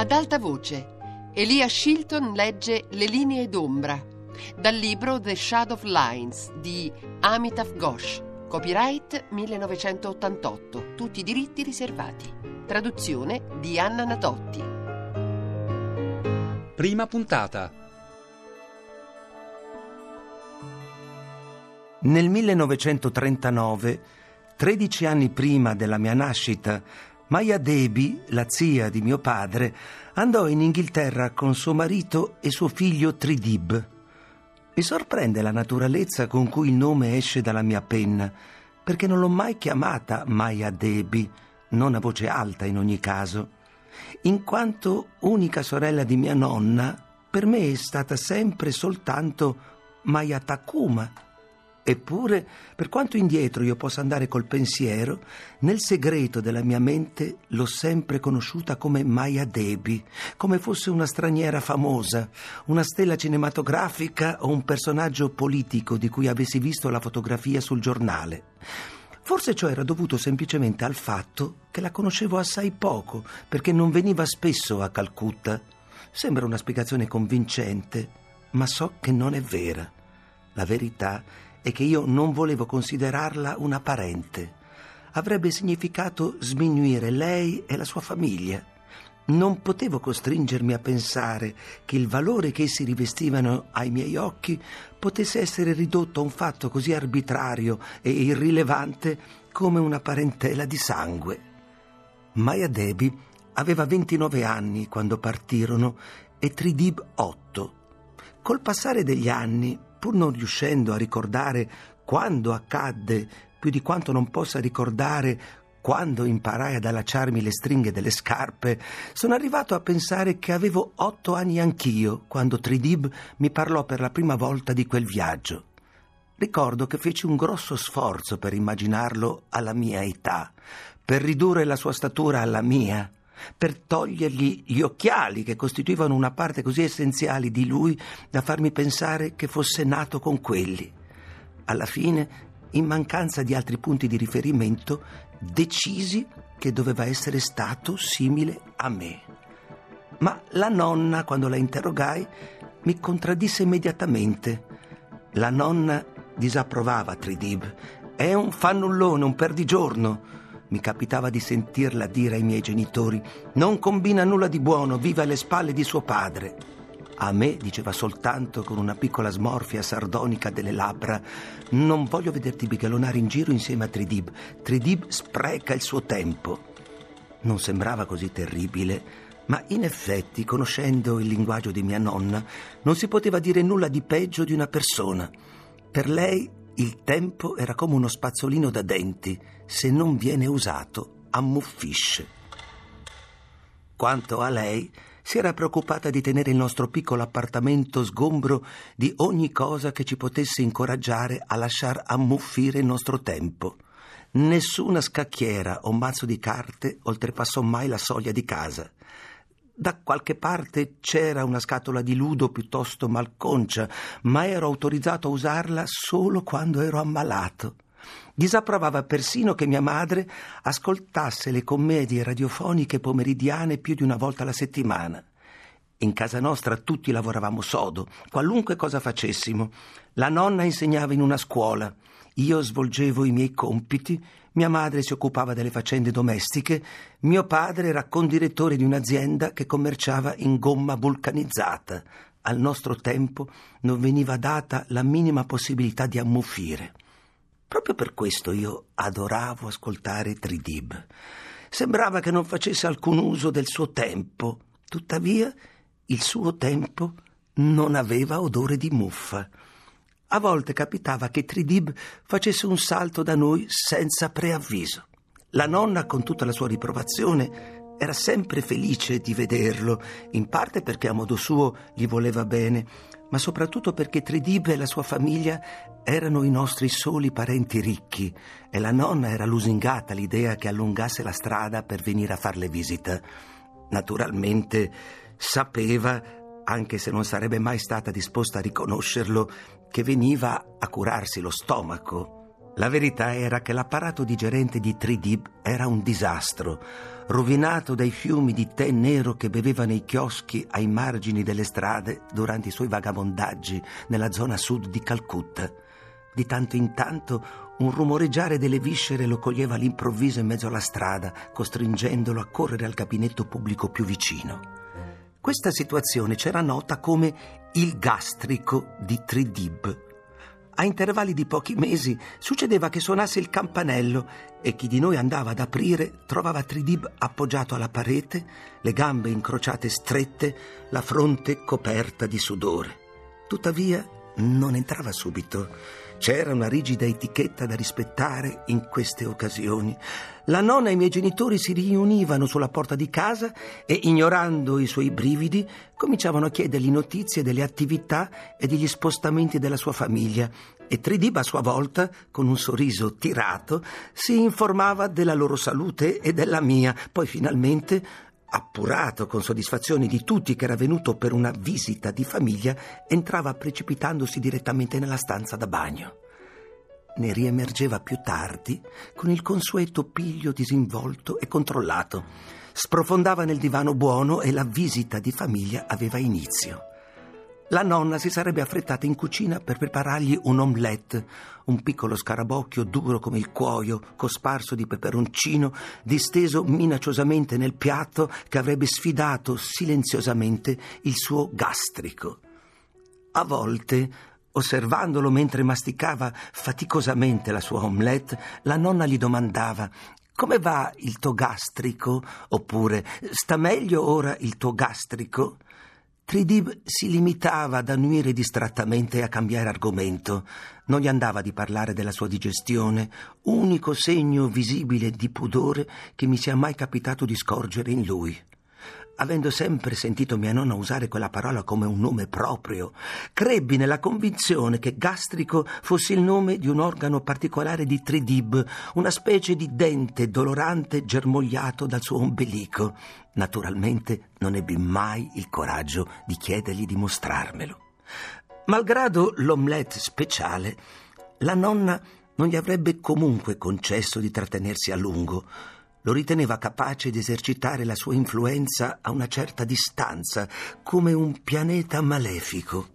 Ad alta voce, Elia Shilton legge Le linee d'ombra, dal libro The Shadow Lines di Amitav Ghosh, copyright 1988, tutti i diritti riservati. Traduzione di Anna Natotti. Prima puntata. Nel 1939, 13 anni prima della mia nascita, Maya Devi, la zia di mio padre, andò in Inghilterra con suo marito e suo figlio Tridib. Mi sorprende la naturalezza con cui il nome esce dalla mia penna, perché non l'ho mai chiamata Maya Devi, non a voce alta in ogni caso. In quanto unica sorella di mia nonna, per me è stata sempre soltanto Maya Takuma. Eppure, per quanto indietro io possa andare col pensiero, nel segreto della mia mente l'ho sempre conosciuta come Maya Devi, come fosse una straniera famosa, una stella cinematografica o un personaggio politico di cui avessi visto la fotografia sul giornale. Forse ciò era dovuto semplicemente al fatto che la conoscevo assai poco, perché non veniva spesso a Calcutta. Sembra una spiegazione convincente, ma so che non è vera. La verità è che io non volevo considerarla una parente. Avrebbe significato sminuire lei e la sua famiglia. Non potevo costringermi a pensare che il valore che essi rivestivano ai miei occhi potesse essere ridotto a un fatto così arbitrario e irrilevante come una parentela di sangue. Maya Devi aveva 29 anni quando partirono e Tridib 8. Col passare degli anni, pur non riuscendo a ricordare quando accadde, più di quanto non possa ricordare quando imparai ad allacciarmi le stringhe delle scarpe, sono arrivato a pensare che avevo 8 anni anch'io quando Tridib mi parlò per la prima volta di quel viaggio. Ricordo che feci un grosso sforzo per immaginarlo alla mia età, per ridurre la sua statura alla mia, per togliergli gli occhiali che costituivano una parte così essenziale di lui da farmi pensare che fosse nato con quelli. Alla fine, in mancanza di altri punti di riferimento, decisi che doveva essere stato simile a me. Ma la nonna, quando la interrogai, mi contraddisse immediatamente. La nonna disapprovava Tridib. È un fannullone, un perdigiorno. Mi capitava di sentirla dire ai miei genitori: non combina nulla di buono, vive alle spalle di suo padre. A me diceva soltanto con una piccola smorfia sardonica delle labbra: non voglio vederti bighellonare in giro insieme a Tridib. Tridib spreca il suo tempo. Non sembrava così terribile, ma in effetti, conoscendo il linguaggio di mia nonna, non si poteva dire nulla di peggio di una persona. Per lei il tempo era come uno spazzolino da denti: se non viene usato, ammuffisce. Quanto a lei, si era preoccupata di tenere il nostro piccolo appartamento sgombro di ogni cosa che ci potesse incoraggiare a lasciar ammuffire il nostro tempo. Nessuna scacchiera o mazzo di carte oltrepassò mai la soglia di casa. Da qualche parte c'era una scatola di ludo piuttosto malconcia, ma ero autorizzato a usarla solo quando ero ammalato. Disapprovava persino che mia madre ascoltasse le commedie radiofoniche pomeridiane più di una volta alla settimana. In casa nostra tutti lavoravamo sodo, qualunque cosa facessimo. La nonna insegnava in una scuola, io svolgevo i miei compiti, mia madre si occupava delle faccende domestiche, mio padre era condirettore di un'azienda che commerciava in gomma vulcanizzata. Al nostro tempo non veniva data la minima possibilità di ammuffire. Proprio per questo io adoravo ascoltare Tridib. Sembrava che non facesse alcun uso del suo tempo, tuttavia il suo tempo non aveva odore di muffa. A volte capitava che Tridib facesse un salto da noi senza preavviso. La nonna, con tutta la sua riprovazione, era sempre felice di vederlo, in parte perché a modo suo gli voleva bene, ma soprattutto perché Tridib e la sua famiglia erano i nostri soli parenti ricchi e la nonna era lusingata all'idea che allungasse la strada per venire a farle visita. Naturalmente sapeva, anche se non sarebbe mai stata disposta a riconoscerlo, che veniva a curarsi lo stomaco. La verità era che l'apparato digerente di Tridib era un disastro, rovinato dai fiumi di tè nero che beveva nei chioschi ai margini delle strade durante i suoi vagabondaggi nella zona sud di Calcutta. Di tanto in tanto un rumoreggiare delle viscere lo coglieva all'improvviso in mezzo alla strada, costringendolo a correre al gabinetto pubblico più vicino. Questa situazione c'era nota come il gastrico di Tridib. A intervalli di pochi mesi succedeva che suonasse il campanello e chi di noi andava ad aprire trovava Tridib appoggiato alla parete, le gambe incrociate strette, la fronte coperta di sudore. Tuttavia non entrava subito. C'era una rigida etichetta da rispettare in queste occasioni. La nonna e i miei genitori si riunivano sulla porta di casa e, ignorando i suoi brividi, cominciavano a chiedergli notizie delle attività e degli spostamenti della sua famiglia. E Tridib, a sua volta, con un sorriso tirato, si informava della loro salute e della mia. Poi finalmente, appurato con soddisfazione di tutti che era venuto per una visita di famiglia, entrava precipitandosi direttamente nella stanza da bagno. Ne riemergeva più tardi con il consueto piglio disinvolto e controllato. Sprofondava nel divano buono e la visita di famiglia aveva inizio. La nonna si sarebbe affrettata in cucina per preparargli un omelette, un piccolo scarabocchio duro come il cuoio, cosparso di peperoncino, disteso minacciosamente nel piatto che avrebbe sfidato silenziosamente il suo gastrico. A volte, osservandolo mentre masticava faticosamente la sua omelette, la nonna gli domandava: «Come va il tuo gastrico?» Oppure «Sta meglio ora il tuo gastrico?» Tridib si limitava ad annuire distrattamente e a cambiare argomento. Non gli andava di parlare della sua digestione, unico segno visibile di pudore che mi sia mai capitato di scorgere in lui. Avendo sempre sentito mia nonna usare quella parola come un nome proprio, crebbi nella convinzione che gastrico fosse il nome di un organo particolare di Tridib, una specie di dente dolorante germogliato dal suo ombelico. Naturalmente non ebbi mai il coraggio di chiedergli di mostrarmelo. Malgrado l'omelette speciale, la nonna non gli avrebbe comunque concesso di trattenersi a lungo. Lo riteneva capace di esercitare la sua influenza a una certa distanza, come un pianeta malefico.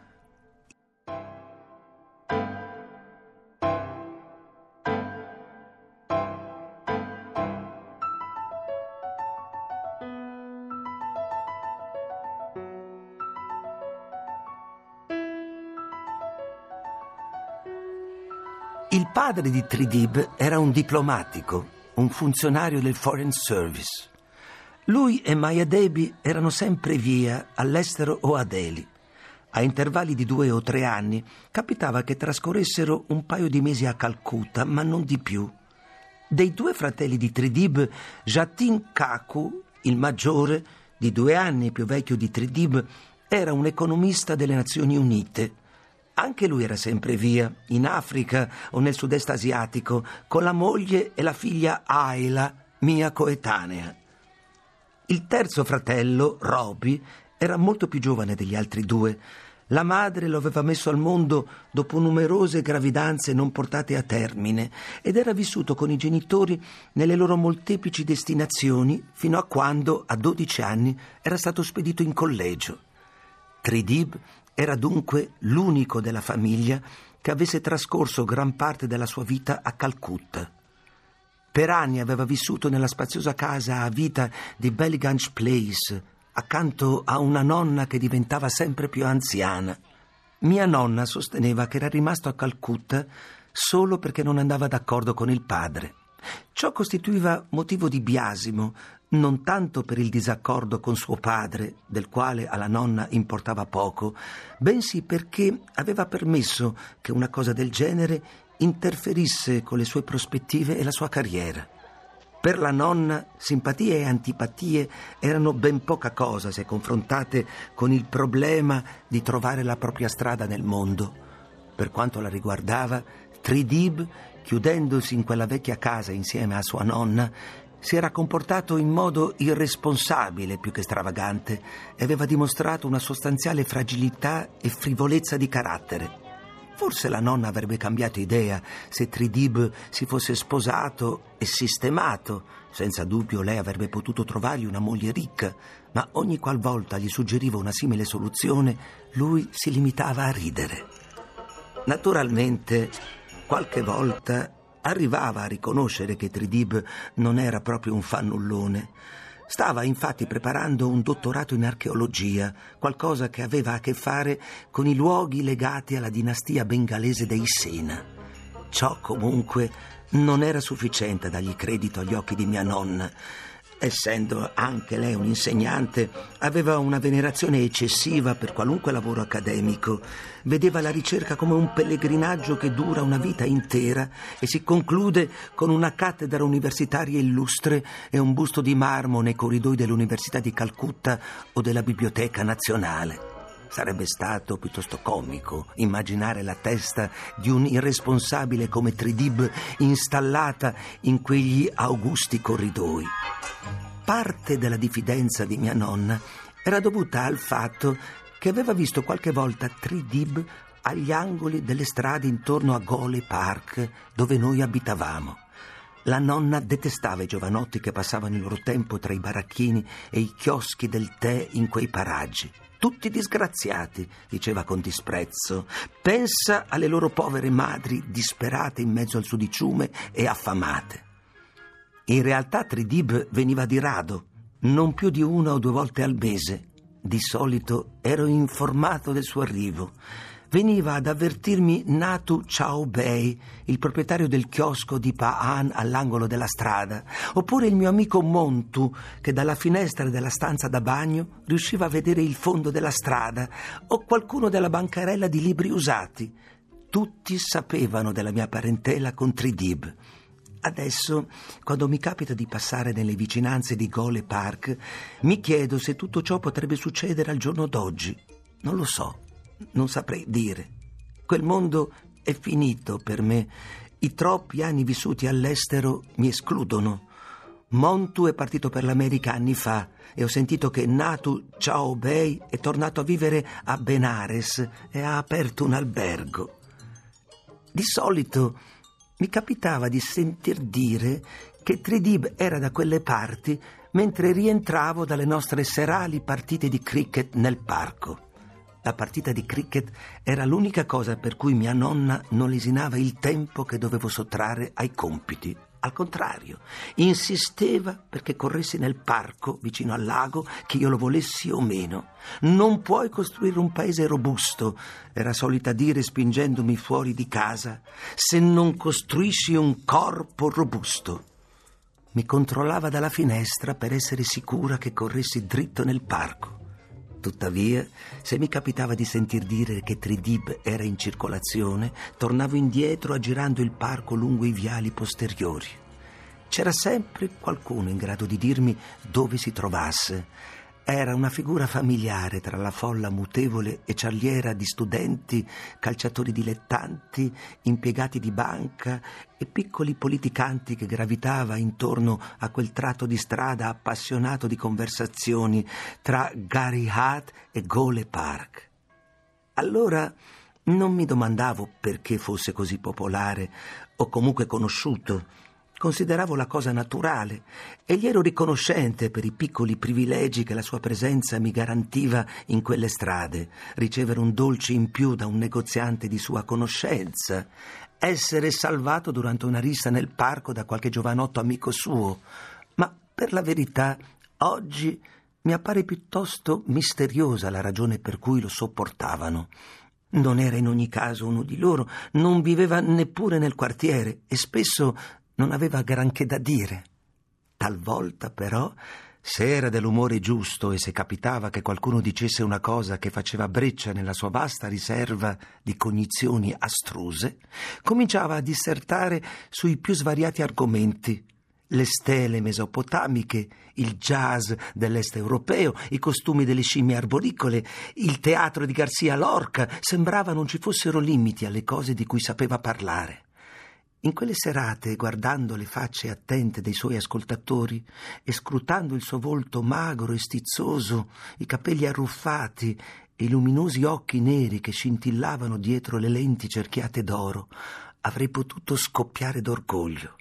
Il padre di Tridib era un diplomatico, un funzionario del Foreign Service. Lui e Maya Debi erano sempre via, all'estero o a Delhi. A intervalli di 2 o 3 anni capitava che trascorressero un paio di mesi a Calcutta, ma non di più. Dei 2 fratelli di Tridib, Jatin Kaku, il maggiore, di 2 anni più vecchio di Tridib, era un economista delle Nazioni Unite. Anche lui era sempre via, in Africa o nel sud-est asiatico, con la moglie e la figlia Ayla, mia coetanea. Il terzo fratello, Roby, era molto più giovane degli altri 2. La madre lo aveva messo al mondo dopo numerose gravidanze non portate a termine ed era vissuto con i genitori nelle loro molteplici destinazioni fino a quando, a 12 anni, era stato spedito in collegio. Tridib era dunque l'unico della famiglia che avesse trascorso gran parte della sua vita a Calcutta. Per anni aveva vissuto nella spaziosa casa a vita di Ballygunge Place, accanto a una nonna che diventava sempre più anziana. Mia nonna sosteneva che era rimasto a Calcutta solo perché non andava d'accordo con il padre. Ciò costituiva motivo di biasimo, non tanto per il disaccordo con suo padre, del quale alla nonna importava poco, bensì perché aveva permesso che una cosa del genere interferisse con le sue prospettive e la sua carriera. Per la nonna, simpatie e antipatie erano ben poca cosa se confrontate con il problema di trovare la propria strada nel mondo. Per quanto la riguardava, Tridib, chiudendosi in quella vecchia casa insieme a sua nonna, si era comportato in modo irresponsabile più che stravagante e aveva dimostrato una sostanziale fragilità e frivolezza di carattere. Forse la nonna avrebbe cambiato idea se Tridib si fosse sposato e sistemato. Senza dubbio lei avrebbe potuto trovargli una moglie ricca, ma ogni qualvolta gli suggeriva una simile soluzione, lui si limitava a ridere. Naturalmente, qualche volta arrivava a riconoscere che Tridib non era proprio un fannullone. Stava infatti preparando un dottorato in archeologia, qualcosa che aveva a che fare con i luoghi legati alla dinastia bengalese dei Sena. Ciò comunque non era sufficiente a dargli credito agli occhi di mia nonna. Essendo anche lei un'insegnante, aveva una venerazione eccessiva per qualunque lavoro accademico. Vedeva la ricerca come un pellegrinaggio che dura una vita intera e si conclude con una cattedra universitaria illustre e un busto di marmo nei corridoi dell'Università di Calcutta o della Biblioteca Nazionale. Sarebbe stato piuttosto comico immaginare la testa di un irresponsabile come Tridib installata in quegli augusti corridoi. Parte della diffidenza di mia nonna era dovuta al fatto che aveva visto qualche volta Tridib agli angoli delle strade intorno a Gole Park, dove noi abitavamo. La nonna detestava i giovanotti che passavano il loro tempo tra i baracchini e i chioschi del tè in quei paraggi. Tutti disgraziati, diceva con disprezzo. Pensa alle loro povere madri disperate in mezzo al sudiciume e affamate. In realtà Tridib veniva di rado, non più di 1 o 2 volte al mese. Di solito ero informato del suo arrivo. Veniva ad avvertirmi Natu Chao Bei, il proprietario del chiosco di Pa'an all'angolo della strada, oppure il mio amico Montu, che dalla finestra della stanza da bagno riusciva a vedere il fondo della strada, o qualcuno della bancarella di libri usati. Tutti sapevano della mia parentela con Tridib. Adesso, quando mi capita di passare nelle vicinanze di Gole Park, mi chiedo se tutto ciò potrebbe succedere al giorno d'oggi. Non lo so. Non saprei dire. Quel mondo è finito per me. I troppi anni vissuti all'estero mi escludono. Montu è partito per l'America anni fa e ho sentito che Natu Chao Bei è tornato a vivere a Benares e ha aperto un albergo. Di solito mi capitava di sentir dire che Tridib era da quelle parti mentre rientravo dalle nostre serali partite di cricket nel parco. La partita di cricket era l'unica cosa per cui mia nonna non lesinava il tempo che dovevo sottrarre ai compiti. Al contrario, insisteva perché corressi nel parco vicino al lago, che io lo volessi o meno. Non puoi costruire un paese robusto, era solita dire spingendomi fuori di casa, se non costruisci un corpo robusto. Mi controllava dalla finestra per essere sicura che corressi dritto nel parco. Tuttavia, se mi capitava di sentir dire che Tridib era in circolazione, tornavo indietro aggirando il parco lungo i viali posteriori. C'era sempre qualcuno in grado di dirmi dove si trovasse. Era una figura familiare tra la folla mutevole e ciarliera di studenti, calciatori dilettanti, impiegati di banca e piccoli politicanti che gravitava intorno a quel tratto di strada appassionato di conversazioni tra Gary Hat e Gole Park. Allora non mi domandavo perché fosse così popolare o comunque conosciuto. Consideravo la cosa naturale e gli ero riconoscente per i piccoli privilegi che la sua presenza mi garantiva in quelle strade: ricevere un dolce in più da un negoziante di sua conoscenza, essere salvato durante una rissa nel parco da qualche giovanotto amico suo. Ma per la verità, oggi mi appare piuttosto misteriosa la ragione per cui lo sopportavano. Non era in ogni caso uno di loro, non viveva neppure nel quartiere e spesso non aveva granché da dire. Talvolta, però, se era dell'umore giusto e se capitava che qualcuno dicesse una cosa che faceva breccia nella sua vasta riserva di cognizioni astruse, cominciava a dissertare sui più svariati argomenti: le stele mesopotamiche, il jazz dell'est europeo, i costumi delle scimmie arboricole, il teatro di Garcia Lorca. Sembrava non ci fossero limiti alle cose di cui sapeva parlare. In quelle serate, guardando le facce attente dei suoi ascoltatori e scrutando il suo volto magro e stizzoso, i capelli arruffati e i luminosi occhi neri che scintillavano dietro le lenti cerchiate d'oro, avrei potuto scoppiare d'orgoglio.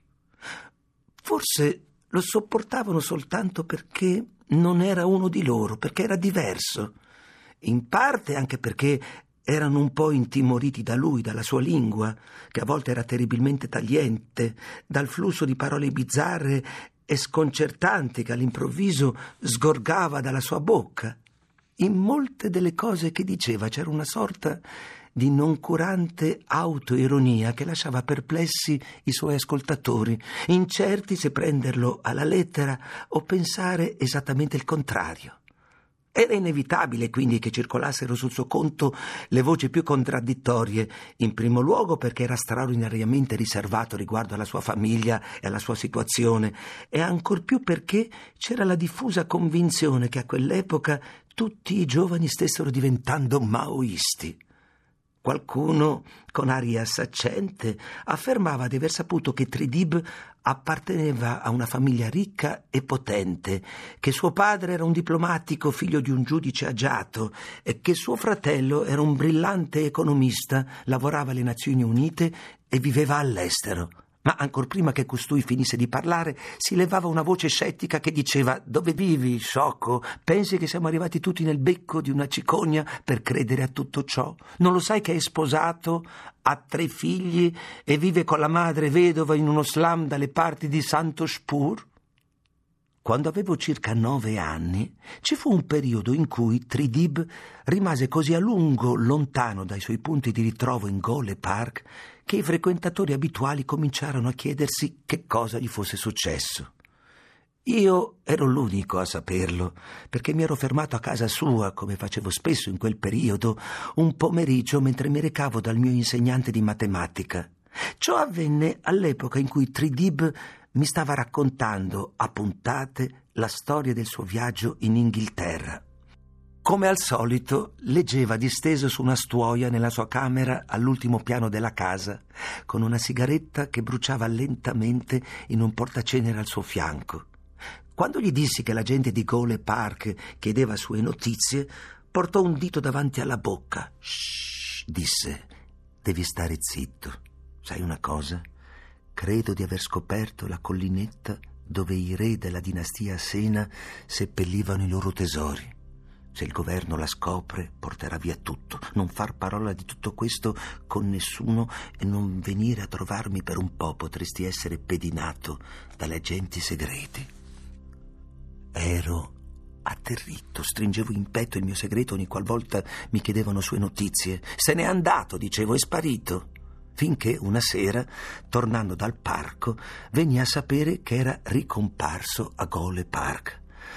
Forse lo sopportavano soltanto perché non era uno di loro, perché era diverso. In parte anche perché erano un po' intimoriti da lui, dalla sua lingua, che a volte era terribilmente tagliente, dal flusso di parole bizzarre e sconcertanti che all'improvviso sgorgava dalla sua bocca. In molte delle cose che diceva c'era una sorta di noncurante autoironia che lasciava perplessi i suoi ascoltatori, incerti se prenderlo alla lettera o pensare esattamente il contrario. Era inevitabile quindi che circolassero sul suo conto le voci più contraddittorie, in primo luogo perché era straordinariamente riservato riguardo alla sua famiglia e alla sua situazione, e ancor più perché c'era la diffusa convinzione che a quell'epoca tutti i giovani stessero diventando maoisti. Qualcuno, con aria saccente, affermava di aver saputo che Tridib apparteneva a una famiglia ricca e potente, che suo padre era un diplomatico figlio di un giudice agiato e che suo fratello era un brillante economista, lavorava alle Nazioni Unite e viveva all'estero. Ma ancor prima che costui finisse di parlare, si levava una voce scettica che diceva: «Dove vivi, sciocco? Pensi che siamo arrivati tutti nel becco di una cicogna per credere a tutto ciò? Non lo sai che è sposato, ha 3 figli e vive con la madre vedova in uno slum dalle parti di Santoshpur?» Quando avevo circa 9 anni, ci fu un periodo in cui Tridib rimase così a lungo lontano dai suoi punti di ritrovo in Gole Park che i frequentatori abituali cominciarono a chiedersi che cosa gli fosse successo. Io ero l'unico a saperlo, perché mi ero fermato a casa sua, come facevo spesso in quel periodo, un pomeriggio mentre mi recavo dal mio insegnante di matematica. Ciò avvenne all'epoca in cui Tridib mi stava raccontando a puntate la storia del suo viaggio in Inghilterra. Come al solito, leggeva disteso su una stuoia nella sua camera all'ultimo piano della casa, con una sigaretta che bruciava lentamente in un portacenere al suo fianco. Quando gli dissi che la gente di Gole Park chiedeva sue notizie, portò un dito davanti alla bocca. «Shh», disse, «devi stare zitto. Sai una cosa? Credo di aver scoperto la collinetta dove i re della dinastia Sena seppellivano i loro tesori. Se il governo la scopre, porterà via tutto. Non far parola di tutto questo con nessuno e non venire a trovarmi per un po', potresti essere pedinato dalle agenti segreti». Ero atterrito, stringevo in petto il mio segreto ogni qualvolta mi chiedevano sue notizie. «Se n'è andato», dicevo, «è sparito». Finché una sera, tornando dal parco, venni a sapere che era ricomparso a Gole Park.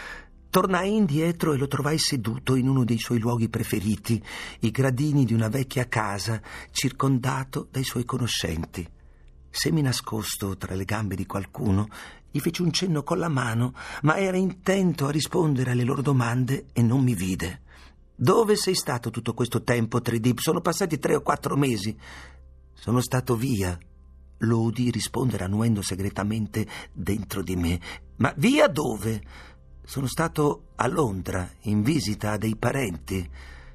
Tornai indietro e lo trovai seduto in uno dei suoi luoghi preferiti, i gradini di una vecchia casa, circondato dai suoi conoscenti. Seminascosto tra le gambe di qualcuno, gli feci un cenno con la mano, ma era intento a rispondere alle loro domande e non mi vide. «Dove sei stato tutto questo tempo, Tridib? Sono passati 3 o 4 mesi». «Sono stato via», lo udì rispondere annuendo segretamente dentro di me. «Ma via dove?» «Sono stato a Londra, in visita a dei parenti».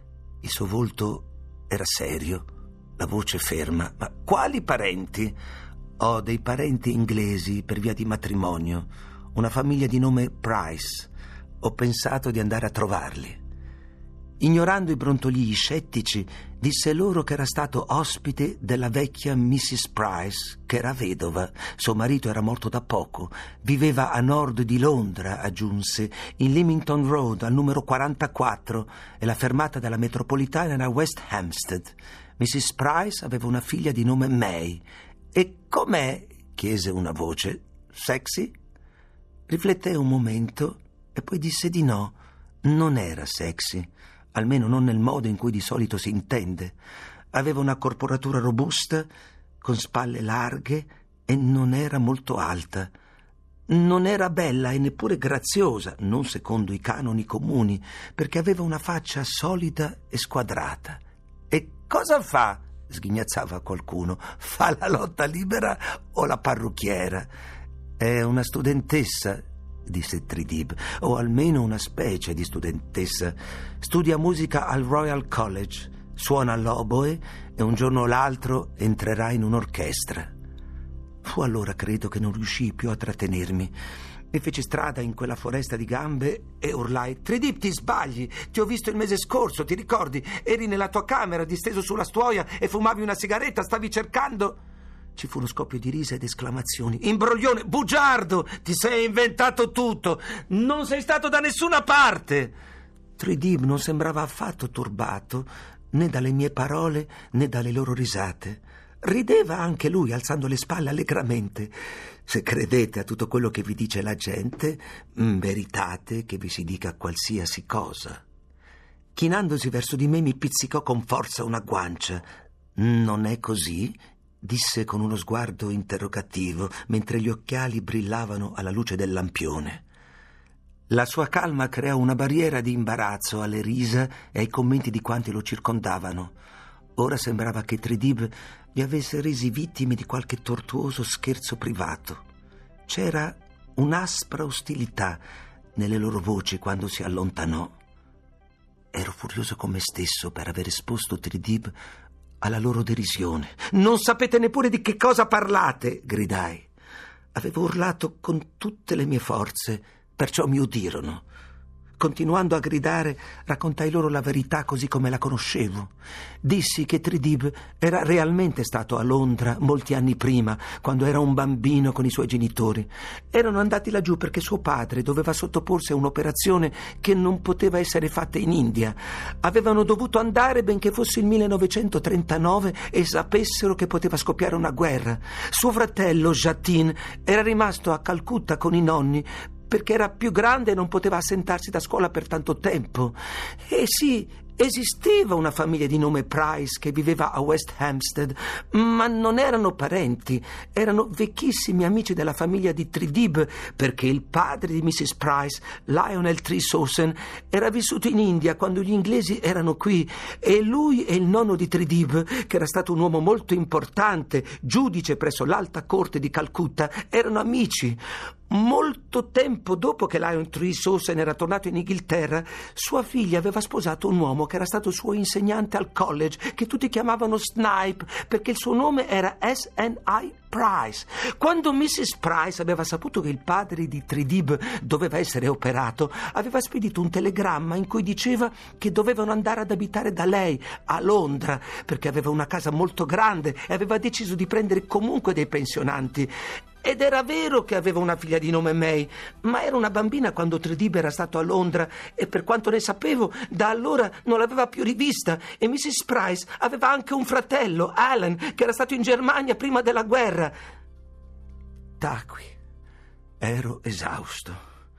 Il suo volto era serio, la voce ferma. «Ma quali parenti?» «Ho dei parenti inglesi per via di matrimonio, una famiglia di nome Price. Ho pensato di andare a trovarli». Ignorando i brontolii scettici, disse loro che era stato ospite della vecchia Mrs. Price, che era vedova. Suo marito era morto da poco. Viveva a nord di Londra, aggiunse, in Leamington Road, al numero 44, e la fermata della metropolitana era West Hampstead. Mrs. Price aveva una figlia di nome May. «E com'è?» chiese una voce. «Sexy?» Rifletté un momento e poi disse di no. Non era sexy, almeno non nel modo in cui di solito si intende. Aveva una corporatura robusta, con spalle larghe, e non era molto alta. Non era bella e neppure graziosa, non secondo i canoni comuni, perché aveva una faccia solida e squadrata. «E cosa fa?» sghignazzava qualcuno. «Fa la lotta libera o la parrucchiera?» «È una studentessa», disse Tridib, o almeno una specie di studentessa. Studia musica al Royal College, suona l'oboe e un giorno o l'altro entrerà in un'orchestra. Fu allora, credo, che non riuscii più a trattenermi. E feci strada in quella foresta di gambe e urlai: Tridib, ti sbagli, ti ho visto il mese scorso, ti ricordi? Eri nella tua camera, disteso sulla stuoia e fumavi una sigaretta, stavi cercando... Ci fu uno scoppio di risa ed esclamazioni. Imbroglione, bugiardo, ti sei inventato tutto, non sei stato da nessuna parte. Tridib non sembrava affatto turbato né dalle mie parole né dalle loro risate. Rideva anche lui, alzando le spalle allegramente. Se credete a tutto quello che vi dice la gente, meritate che vi si dica qualsiasi cosa. Chinandosi verso di me mi pizzicò con forza una guancia. Non è così? Disse con uno sguardo interrogativo, mentre gli occhiali brillavano alla luce del lampione. La sua calma creò una barriera di imbarazzo alle risa e ai commenti di quanti lo circondavano. Ora sembrava che Tridib li avesse resi vittime di qualche tortuoso scherzo privato. C'era un'aspra ostilità nelle loro voci quando si allontanò. Ero furioso con me stesso per aver esposto Tridib alla loro derisione. «Non sapete neppure di che cosa parlate!» gridai. Avevo urlato con tutte le mie forze, perciò mi udirono. Continuando a gridare, raccontai loro la verità così come la conoscevo. Dissi che Tridib era realmente stato a Londra molti anni prima, quando era un bambino con i suoi genitori. Erano andati laggiù perché suo padre doveva sottoporsi a un'operazione che non poteva essere fatta in India. Avevano dovuto andare benché fosse il 1939 e sapessero che poteva scoppiare una guerra. Suo fratello, Jatin, era rimasto a Calcutta con i nonni perché era più grande e non poteva assentarsi da scuola per tanto tempo. E sì, esisteva una famiglia di nome Price che viveva a West Hampstead, ma non erano parenti, erano vecchissimi amici della famiglia di Tridib, perché il padre di Mrs. Price, Lionel Tresosen, era vissuto in India quando gli inglesi erano qui, e lui e il nonno di Tridib, che era stato un uomo molto importante, giudice presso l'Alta Corte di Calcutta, erano amici. Molto tempo dopo che Lionel Tresosen era tornato in Inghilterra, sua figlia aveva sposato un uomo che era stato suo insegnante al college, che tutti chiamavano Snipe, perché il suo nome era S.N.I. Price. Quando Mrs. Price aveva saputo che il padre di Tridib doveva essere operato, aveva spedito un telegramma in cui diceva che dovevano andare ad abitare da lei a Londra, perché aveva una casa molto grande e aveva deciso di prendere comunque dei pensionanti. Ed era vero che aveva una figlia di nome May, ma era una bambina quando Tridib era stato a Londra e per quanto ne sapevo da allora non l'aveva più rivista. E Mrs. Price aveva anche un fratello, Alan, che era stato in Germania prima della guerra. Tacqui. Ero esausto.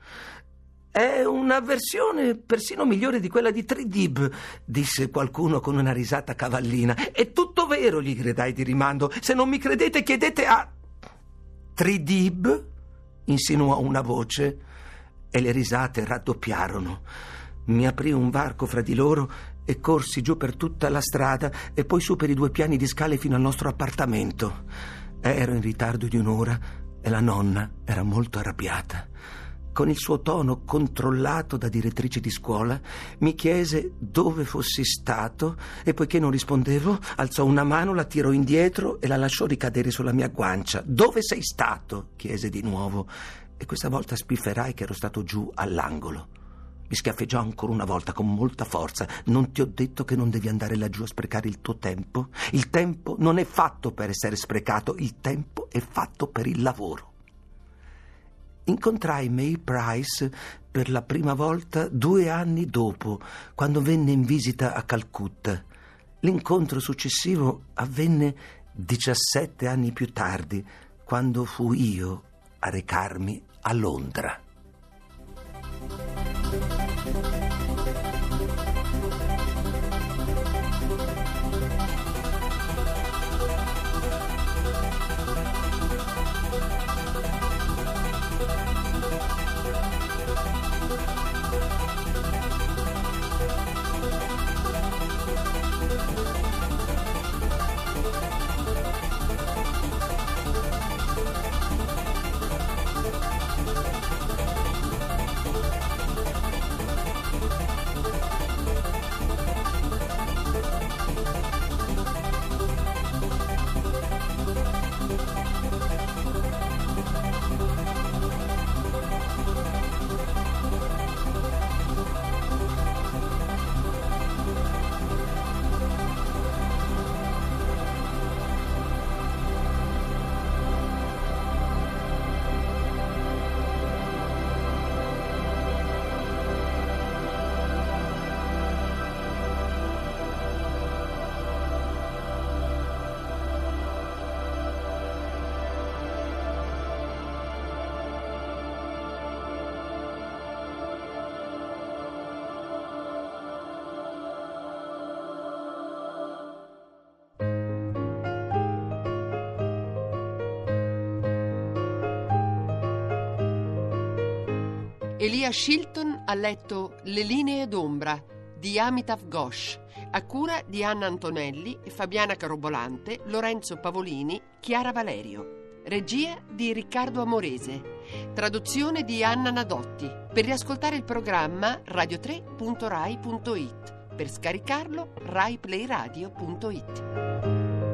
«È una versione persino migliore di quella di Tridib», disse qualcuno con una risata cavallina. «È tutto vero», gli gridai di rimando. «Se non mi credete chiedete a...» «Tridib?» insinuò una voce e le risate raddoppiarono. Mi aprì un varco fra di loro e corsi giù per tutta la strada e poi su per i 2 piani di scale fino al nostro appartamento. Ero in ritardo di un'ora e la nonna era molto arrabbiata. Con il suo tono controllato da direttrice di scuola mi chiese dove fossi stato e poiché non rispondevo alzò una mano, la tirò indietro e la lasciò ricadere sulla mia guancia. «Dove sei stato?» chiese di nuovo e questa volta spifferai che ero stato giù all'angolo. Mi schiaffeggiò ancora una volta con molta forza. «Non ti ho detto che non devi andare laggiù a sprecare il tuo tempo? Il tempo non è fatto per essere sprecato, il tempo è fatto per il lavoro». Incontrai May Price per la prima volta 2 anni dopo, quando venne in visita a Calcutta. L'incontro successivo avvenne 17 anni più tardi, quando fui io a recarmi a Londra. Elia Shilton ha letto Le linee d'ombra di Amitav Ghosh, a cura di Anna Antonelli, Fabiana Carobolante, Lorenzo Pavolini, Chiara Valerio. Regia di Riccardo Amorese. Traduzione di Anna Nadotti. Per riascoltare il programma radio3.rai.it. Per scaricarlo raiplayradio.it.